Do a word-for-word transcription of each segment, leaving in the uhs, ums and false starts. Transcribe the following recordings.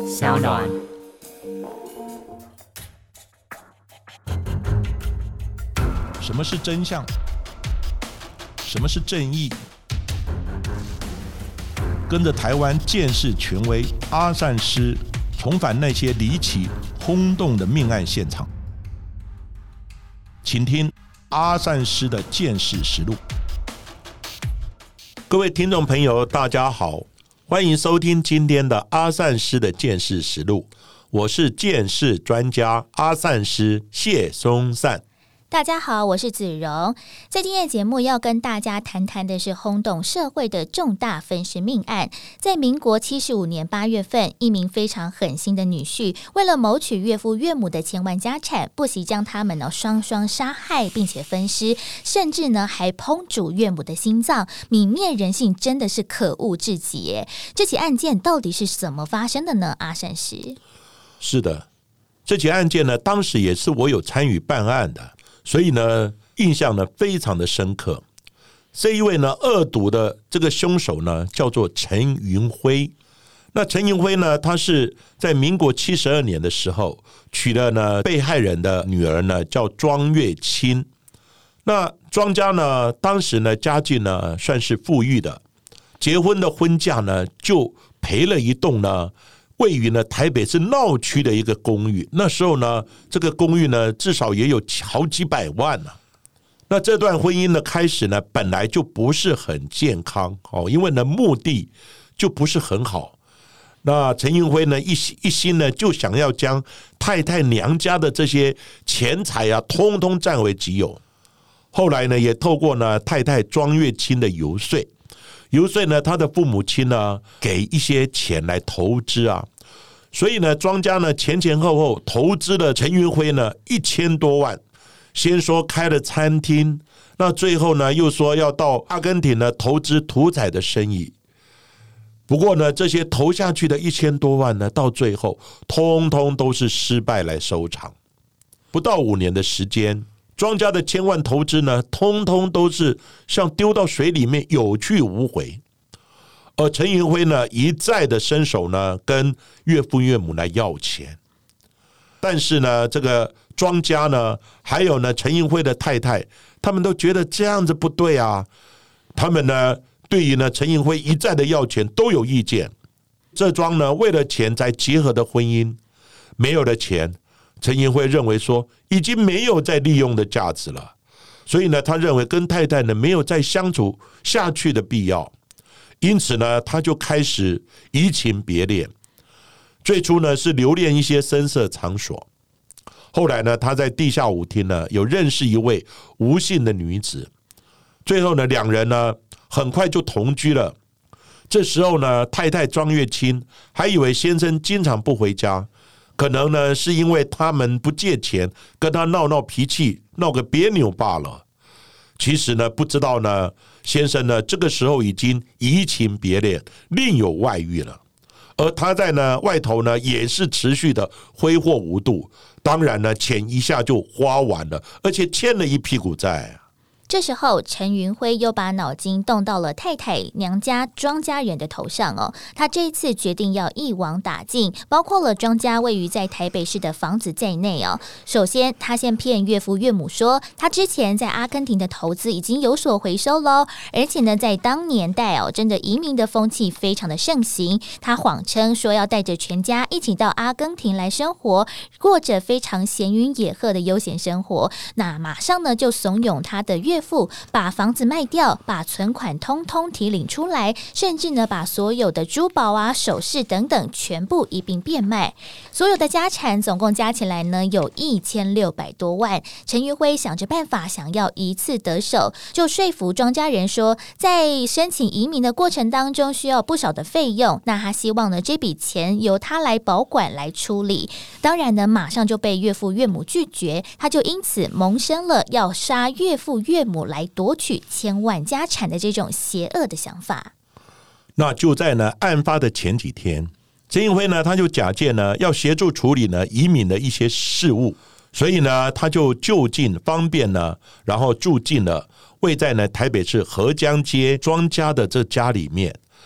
小暖。 什么是真相？什么是正义？跟着台湾鉴识权威阿善师重返那些离奇轰动的命案现场，请听阿善师的鉴识实录。各位听众朋友大家好，欢迎收听今天的阿善师的鉴识实录，我是鉴识专家阿善师谢松善。 大家好，我是子荣。在今天的节目要跟大家谈谈的是轰动社会的重大分尸命案。在民国七十五年八月份，一名非常狠心的女婿，为了谋取岳父岳母的千万家产，不惜将他们呢双双杀害，并且分尸，甚至呢还烹煮岳母的心脏，泯灭人性，真的是可恶至极耶。这起案件到底是怎么发生的呢？阿善师。 是的，这起案件呢，当时也是我有参与办案的。所以呢，印象呢非常的深刻。这一位呢恶毒的这个凶手呢，叫做陈云辉。那陈云辉呢，他是在民国七十二年的时候娶了呢被害人的女儿呢，叫庄月清。那庄家呢，当时呢家境呢算是富裕的，结婚的婚嫁呢就赔了一栋呢。位于呢台北市闹区的一个公寓，那时候呢，这个公寓呢至少也有好几百万呢、啊。那这段婚姻的开始呢，本来就不是很健康哦，因为呢目的就不是很好。那陈云辉呢一一心呢就想要将太太娘家的这些钱财啊，通通占为己有。后来呢，也透过呢太太庄月清的游说。游说呢，他的父母亲呢，给一些钱来投资啊，所以呢，庄家呢前前后后投资了陈云辉呢一千多万，先说开了餐厅，那最后呢又说要到阿根廷呢投资屠宰的生意。不过呢，这些投下去的一千多万呢，到最后通通都是失败来收场。不到五年的时间。庄家的千万投资呢，通通都是像丢到水里面，有去无回。而陈云辉呢，一再的伸手呢，跟岳父岳母来要钱。但是呢，这个庄家呢，还有呢，陈云辉的太太，他们都觉得这样子不对啊。他们呢，对于呢陈云辉一再的要钱都有意见。这桩呢，为了钱才结合的婚姻，没有了钱。陈云辉认为说已经没有再利用的价值了，所以呢，他认为跟太太呢没有再相处下去的必要，因此呢，他就开始移情别恋。最初呢是留恋一些声色场所，后来呢，他在地下舞厅呢有认识一位吴姓的女子，最后呢，两人呢很快就同居了。这时候呢，太太庄月清还以为先生经常不回家。可能呢，是因为他们不借钱，跟他闹闹脾气，闹个别扭罢了。其实呢，不知道呢，先生呢，这个时候已经移情别恋，另有外遇了。而他在呢外头呢，也是持续的挥霍无度，当然呢，钱一下就花完了，而且欠了一屁股债。 这时候，陈云辉又把脑筋动到了太太娘家庄家人的头上哦。他这一次决定要一网打尽，包括了庄家位于在台北市的房子在内哦。首先，他先骗岳父岳母说，他之前在阿根廷的投资已经有所回收喽，而且呢，在当年代哦，真的移民的风气非常的盛行。他谎称说要带着全家一起到阿根廷来生活，过着非常闲云野鹤的悠闲生活。那马上呢，就怂恿他的岳岳父把房子卖掉，把存款通通提领出来，甚至呢把所有的珠宝啊、首饰等等全部一并变卖，所有的家产总共加起来呢有一千六百多万。陈云辉想着办法，想要一次得手，就说服庄家人说，在申请移民的过程当中需要不少的费用，那他希望呢这笔钱由他来保管来处理。当然呢，马上就被岳父岳母拒绝，他就因此萌生了要杀岳父岳母来夺取千万家产的这种邪恶的想法。 那就在呢案发的前几天，陈云辉呢他就假借呢要协助处理呢移民的一些事务，所以呢他就就近方便呢，然后住进了位在呢台北市河江街庄家的这家里面。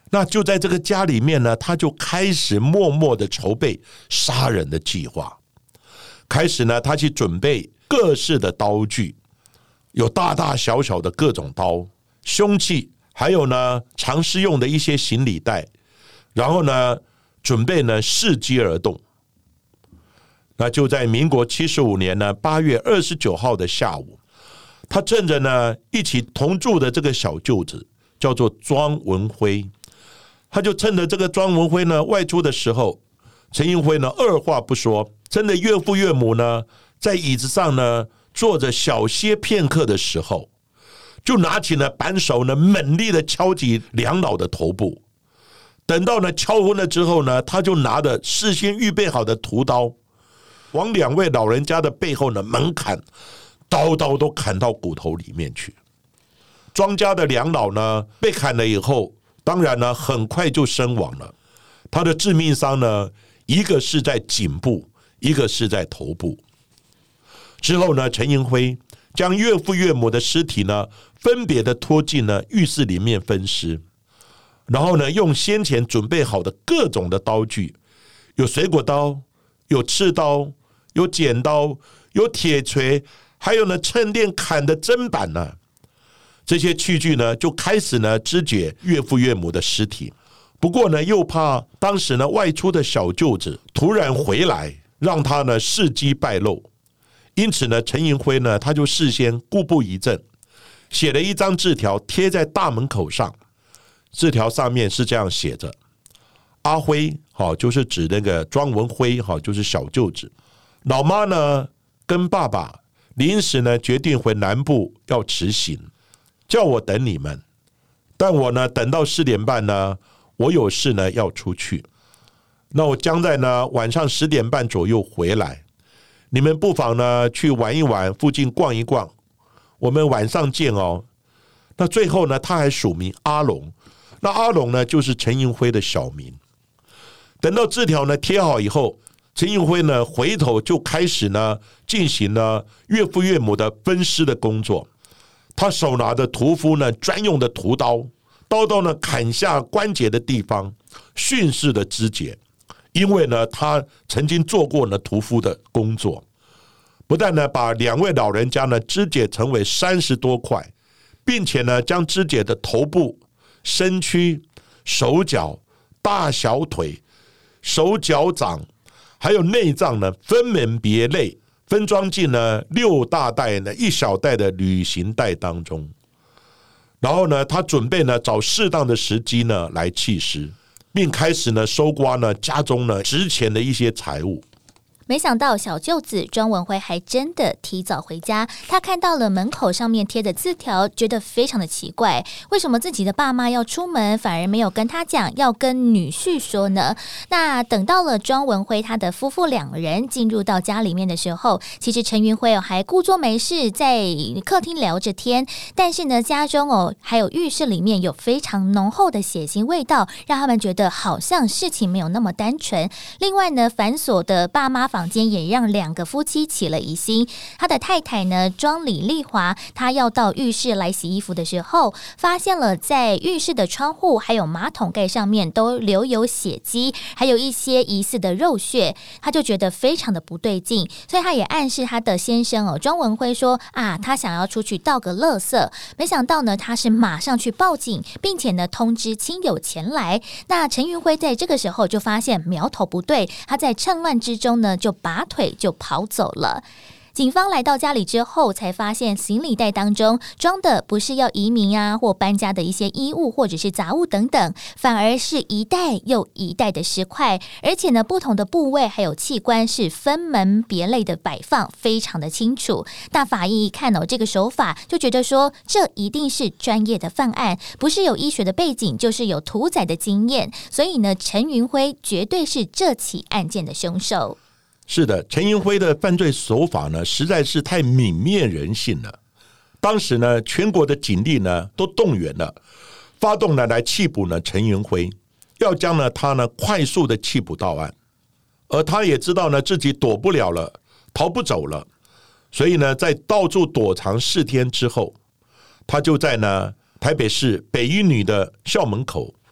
那就在这个家里面呢，他就开始默默的筹备杀人的计划。开始呢，他去准备各式的刀具，有大大小小的各种刀、凶器，还有呢常施用的一些行李袋，然后呢准备呢伺机而动。那就在民国七十五年呢八月二十九号的下午，他趁着呢一起同住的这个小舅子叫做庄文辉，他就趁着这个庄文辉呢外出的时候，陈云辉呢二话不说，趁着岳父岳母呢在椅子上呢坐着小歇片刻的时候，就拿起呢扳手呢猛力的敲击两老的头部。等到呢敲昏了之后呢，他就拿着事先预备好的屠刀，往两位老人家的背后呢猛砍，刀刀都砍到骨头里面去。庄家的两老呢被砍了以后，当然呢很快就身亡了。他的致命伤呢，一个是在颈部，一个是在头部。之后呢，陈云辉将岳父岳母的尸体呢分别的拖进了浴室里面分尸，然后呢用先前准备好的各种的刀具，有水果刀，有刺刀，有剪刀，有铁锤，还有呢趁电砍的砧板呢，这些器具呢就开始呢肢解岳父岳母的尸体。不过呢又怕当时呢外出的小舅子突然回来，让他呢伺机败露，因此呢陈云辉呢他就事先故布疑阵，写了一张字条贴在大门口上。字条上面是这样写着：阿辉，好，就是指那个庄文辉，好，就是小舅子。老妈呢跟爸爸临时呢决定回南部要辞行，叫我等你们，但我呢等到四点半呢，我有事呢要出去，那我将在呢晚上十点半左右回来，你们不妨呢去玩一玩，附近逛一逛，我们晚上见哦。那最后呢他还署名阿龙，那阿龙呢就是陈云辉的小名。等到字条呢贴好以后，陈云辉呢回头就开始呢进行了岳父岳母的分尸的工作。他手拿着屠夫呢专用的屠刀，刀刀呢砍下关节的地方，迅速的肢解。因为呢他曾经做过呢屠夫的工作，不但呢把两位老人家呢肢解成为三十多块，并且呢将肢解的头部、身躯、手脚、大小腿、手脚掌还有内脏呢分门别类，分装进了六大袋呢一小袋的旅行袋当中。然后呢他准备呢找适当的时机呢来弃尸，并开始呢搜刮呢家中呢值钱的一些财物。 没想到小舅子庄文辉还真的提早回家，他看到了门口上面贴的字条，觉得非常的奇怪，为什么自己的爸妈要出门反而没有跟他讲，要跟女婿说呢？那等到了庄文辉他的夫妇两人进入到家里面的时候，其实陈云辉哦还故作没事在客厅聊着天，但是呢家中哦还有浴室里面有非常浓厚的血腥味道，让他们觉得好像事情没有那么单纯。另外呢反锁的爸妈房间也让两个夫妻起了疑心。他的太太呢庄李丽华，她要到浴室来洗衣服的时候，发现了在浴室的窗户还有马桶盖上面都留有血迹，还有一些疑似的肉屑，他就觉得非常的不对劲，所以他也暗示他的先生哦庄文辉说啊，他想要出去倒个垃圾。没想到呢他是马上去报警，并且呢通知亲友前来。那陈云辉在这个时候就发现苗头不对，他在趁乱之中呢就拔腿就跑走了。警方来到家里之后，才发现行李袋当中装的不是要移民啊或搬家的一些衣物或者是杂物等等，反而是一袋又一袋的尸块，而且呢不同的部位还有器官是分门别类的摆放，非常的清楚。大法医一看哦这个手法，就觉得说这一定是专业的犯案，不是有医学的背景，就是有屠宰的经验，所以呢陈云辉绝对是这起案件的凶手。 是的，陈云辉的犯罪手法呢实在是太泯灭人性了。当时呢全国的警力呢都动员了，发动了来缉捕呢陈云辉，要将呢他呢快速的缉捕到案。而他也知道呢自己躲不了了，逃不走了，所以呢在到处躲藏四天之后，他就在呢台北市北一女的校门口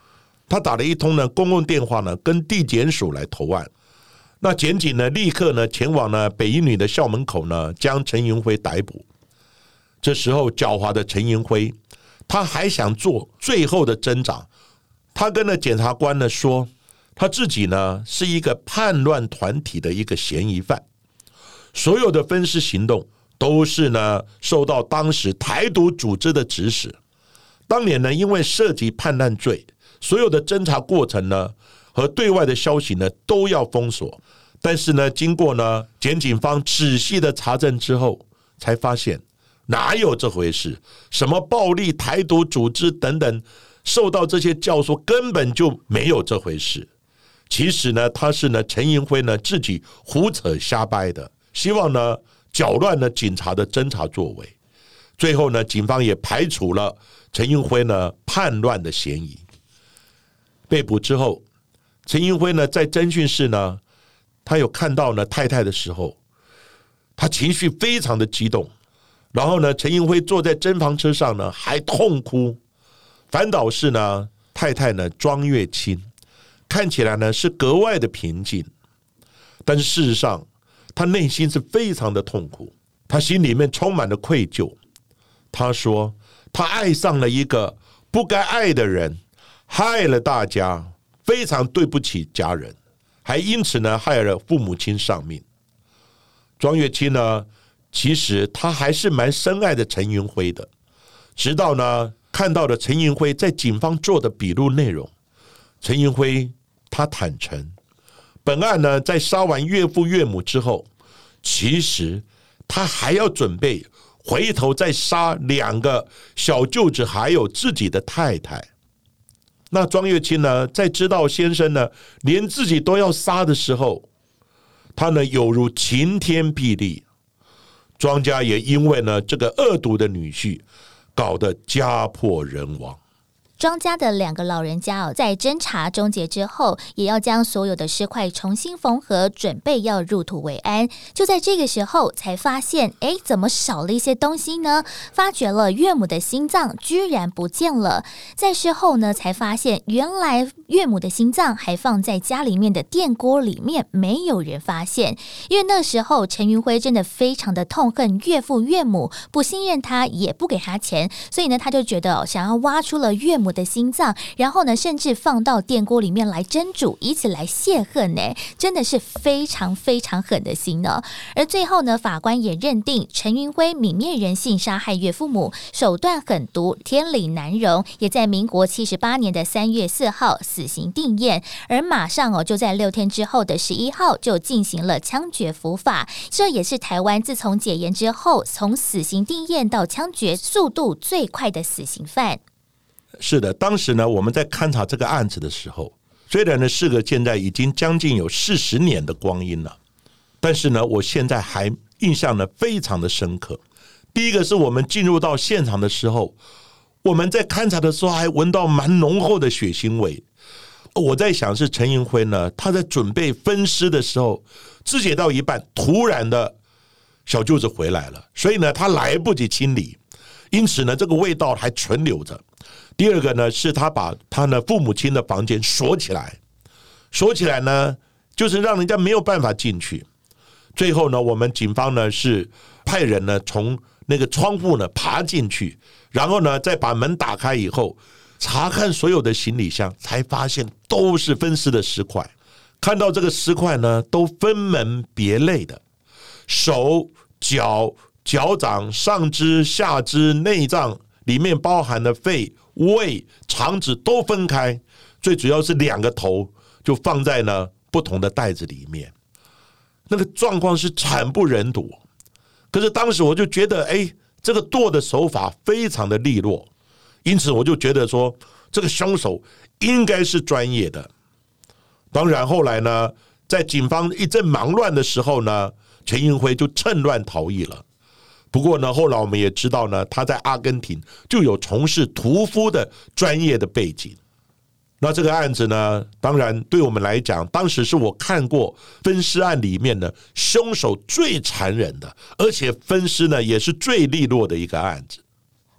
他打了一通呢公共电话呢，跟地检署来投案。那检警呢立刻呢前往呢北一女的校门口呢，将陈云辉逮捕。这时候狡猾的陈云辉，他还想做最后的挣扎。他跟了检察官呢说，他自己呢是一个叛乱团体的一个嫌疑犯，所有的分尸行动都是呢受到当时台独组织的指使。当年呢因为涉及叛乱罪，所有的侦查过程呢和对外的消息呢都要封锁。但是呢经过呢检警方仔细的查证之后，才发现哪有这回事，什么暴力台独组织等等，受到这些教唆根本就没有这回事。其实呢他是呢陈云辉呢自己胡扯瞎掰的，希望呢搅乱了警察的侦查作为。最后呢警方也排除了陈云辉呢叛乱的嫌疑。被捕之后，陈云辉呢在侦讯室呢，他有看到呢太太的时候，他情绪非常的激动。然后呢陈云辉坐在侦房车上呢还痛哭。反倒是呢太太呢庄月清看起来呢是格外的平静，但是事实上他内心是非常的痛苦，他心里面充满了愧疚。他说他爱上了一个不该爱的人，害了大家，非常对不起家人，还因此呢害了父母亲丧命。庄月清呢其实他还是蛮深爱的陈云辉的，直到呢看到了陈云辉在警方做的笔录内容。陈云辉他坦诚，本案呢在杀完岳父岳母之后，其实他还要准备回头再杀两个小舅子还有自己的太太。那庄月清呢在知道先生呢连自己都要杀的时候，他呢有如晴天霹雳。庄家也因为呢这个恶毒的女婿搞得家破人亡。 庄家的两个老人家哦，在侦查终结之后，也要将所有的尸块重新缝合，准备要入土为安。就在这个时候，才发现，哎，怎么少了一些东西呢？发觉了岳母的心脏居然不见了。在事后呢，才发现原来岳母的心脏还放在家里面的电锅里面，没有人发现。因为那时候陈云辉真的非常的痛恨岳父岳母，不信任他，也不给他钱，所以呢，他就觉得、哦、想要挖出了岳母的心脏，然后呢甚至放到电锅里面来蒸煮，以此来泄恨呢，真的是非常非常狠的心呢。而最后呢，法官也认定陈云辉泯灭人性，杀害岳父母，手段狠毒，天理难容，也在民国七十八年的三月四号死刑定验，而马上哦就在六天之后的十一号就进行了枪决伏法。这也是台湾自从解严之后，从死刑定验到枪决速度最快的死刑犯。 是的，当时呢我们在勘察这个案子的时候，虽然呢事隔现在已经将近有四十年的光阴了，但是呢我现在还印象呢非常的深刻。第一个是我们进入到现场的时候，我们在勘察的时候还闻到蛮浓厚的血腥味。我在想是陈云辉呢他在准备分尸的时候，肢解到一半，突然的小舅子回来了，所以呢他来不及清理，因此呢这个味道还存留着。第二个呢是他把他呢父母亲的房间锁起来，锁起来呢就是让人家没有办法进去。最后呢我们警方呢是派人呢从那个窗户呢爬进去，然后呢再把门打开以后，查看所有的行李箱，才发现都是分尸的尸块。看到这个尸块呢都分门别类的，手脚脚掌上肢下肢内脏里面包含了肺胃肠子都分开，最主要是两个头就放在呢不同的袋子里面，那个状况是惨不忍睹。可是当时我就觉得哎，这个剁的手法非常的利落，因此我就觉得说这个凶手应该是专业的。当然后来呢在警方一阵忙乱的时候呢，陈云辉就趁乱逃逸了。不过呢后来我们也知道呢，他在阿根廷就有从事屠夫的专业的背景。那这个案子呢，当然对我们来讲，当时是我看过分尸案里面呢凶手最残忍的，而且分尸呢也是最利落的一个案子。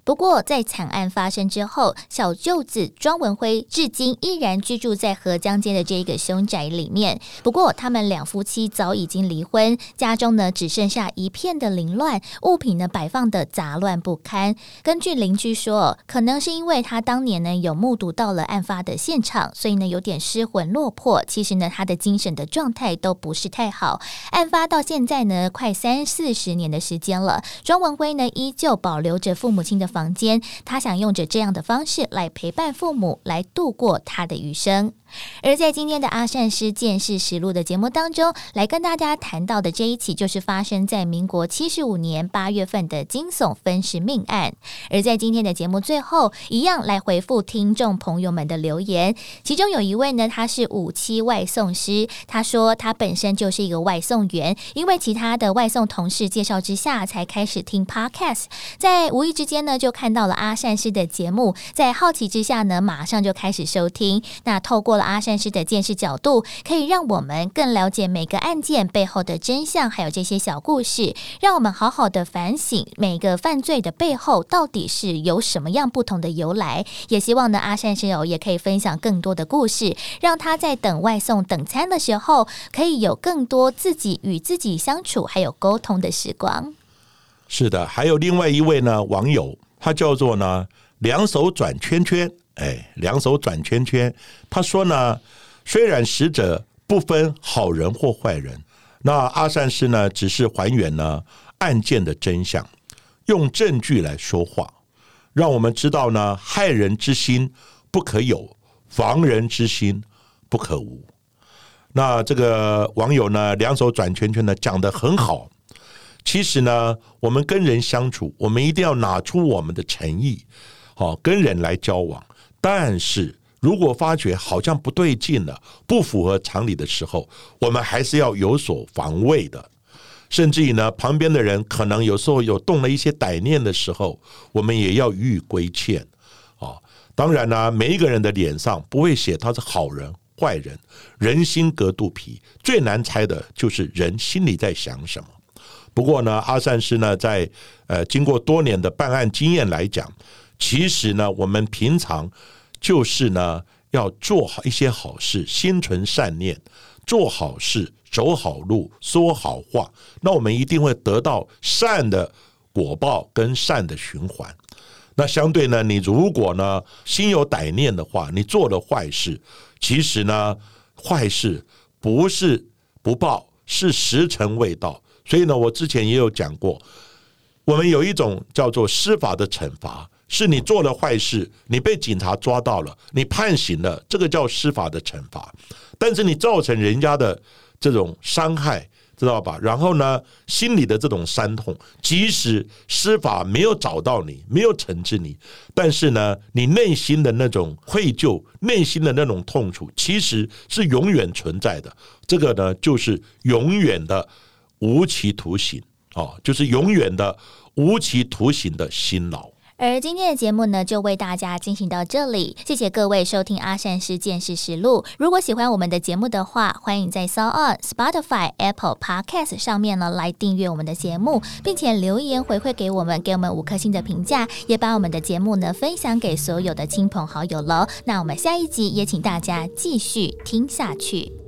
不过在惨案发生之后，小舅子庄文辉至今依然居住在河江街的这个凶宅里面。不过他们两夫妻早已经离婚，家中呢只剩下一片的凌乱，物品呢摆放的杂乱不堪。根据邻居说，可能是因为他当年呢有目睹到了案发的现场，所以呢有点失魂落魄。其实呢他的精神的状态都不是太好。案发到现在呢快三四十年的时间了，庄文辉呢依旧保留着父母亲的房间，他想用着这样的方式来陪伴父母，来度过他的余生。而在今天的阿善师见识实录的节目当中，来跟大家谈到的这一起，就是发生在民国七十五年八月份的惊悚分尸命案。而在今天的节目最后，一样来回复听众朋友们的留言。其中有一位呢，他是五七外送师，他说他本身就是一个外送员，因为其他的外送同事介绍之下，才开始听 podcast， 在无意之间呢，就看到了阿善师的节目，在好奇之下呢，马上就开始收听。那透过阿善师的见识角度，可以让我们更了解每个案件背后的真相，还有这些小故事，让我们好好的反省每个犯罪的背后到底是有什么样不同的由来。也希望呢，阿善师友也可以分享更多的故事，让他在等外送等餐的时候，可以有更多自己与自己相处还有沟通的时光。 是的，还有另外一位呢网友，他叫做呢两手转圈圈。哎，两手转圈圈。他说呢，虽然死者不分好人或坏人，那阿善师呢，只是还原呢案件的真相，用证据来说话，让我们知道呢，害人之心不可有，防人之心不可无。那这个网友呢，两手转圈圈呢，讲得很好。其实呢，我们跟人相处，我们一定要拿出我们的诚意，好跟人来交往。但是如果发觉好像不对劲了，不符合常理的时候，我们还是要有所防卫的。甚至于呢，旁边的人可能有时候有动了一些歹念的时候，我们也要予以规劝。当然呢，每一个人的脸上不会写他是好人坏人，人心隔肚皮，最难猜的就是人心里在想什么。不过呢，阿善师呢，在呃经过多年的办案经验来讲，其实呢，我们平常就是呢，要做好一些好事，心存善念，做好事，走好路，说好话，那我们一定会得到善的果报跟善的循环。那相对呢，你如果呢心有歹念的话，你做了坏事，其实呢，坏事不是不报，是时辰未到。所以呢，我之前也有讲过，我们有一种叫做司法的惩罚，是你做了坏事，你被警察抓到了，你判刑了，这个叫司法的惩罚。但是你造成人家的这种伤害，知道吧？然后呢，心里的这种伤痛，即使司法没有找到你，没有惩治你，但是呢，你内心的那种愧疚，内心的那种痛楚，其实是永远存在的。这个呢，就是永远的无期徒刑，哦，就是永远的无期徒刑的辛劳。 而今天的节目呢，就为大家进行到这里，谢谢各位收听阿善师见识实录。如果喜欢我们的节目的话，欢迎在 SoundOn、Spotify、Apple Podcast 上面呢来订阅我们的节目，并且留言回馈给我们，给我们五颗星的评价，也把我们的节目呢分享给所有的亲朋好友喽。那我们下一集也请大家继续听下去。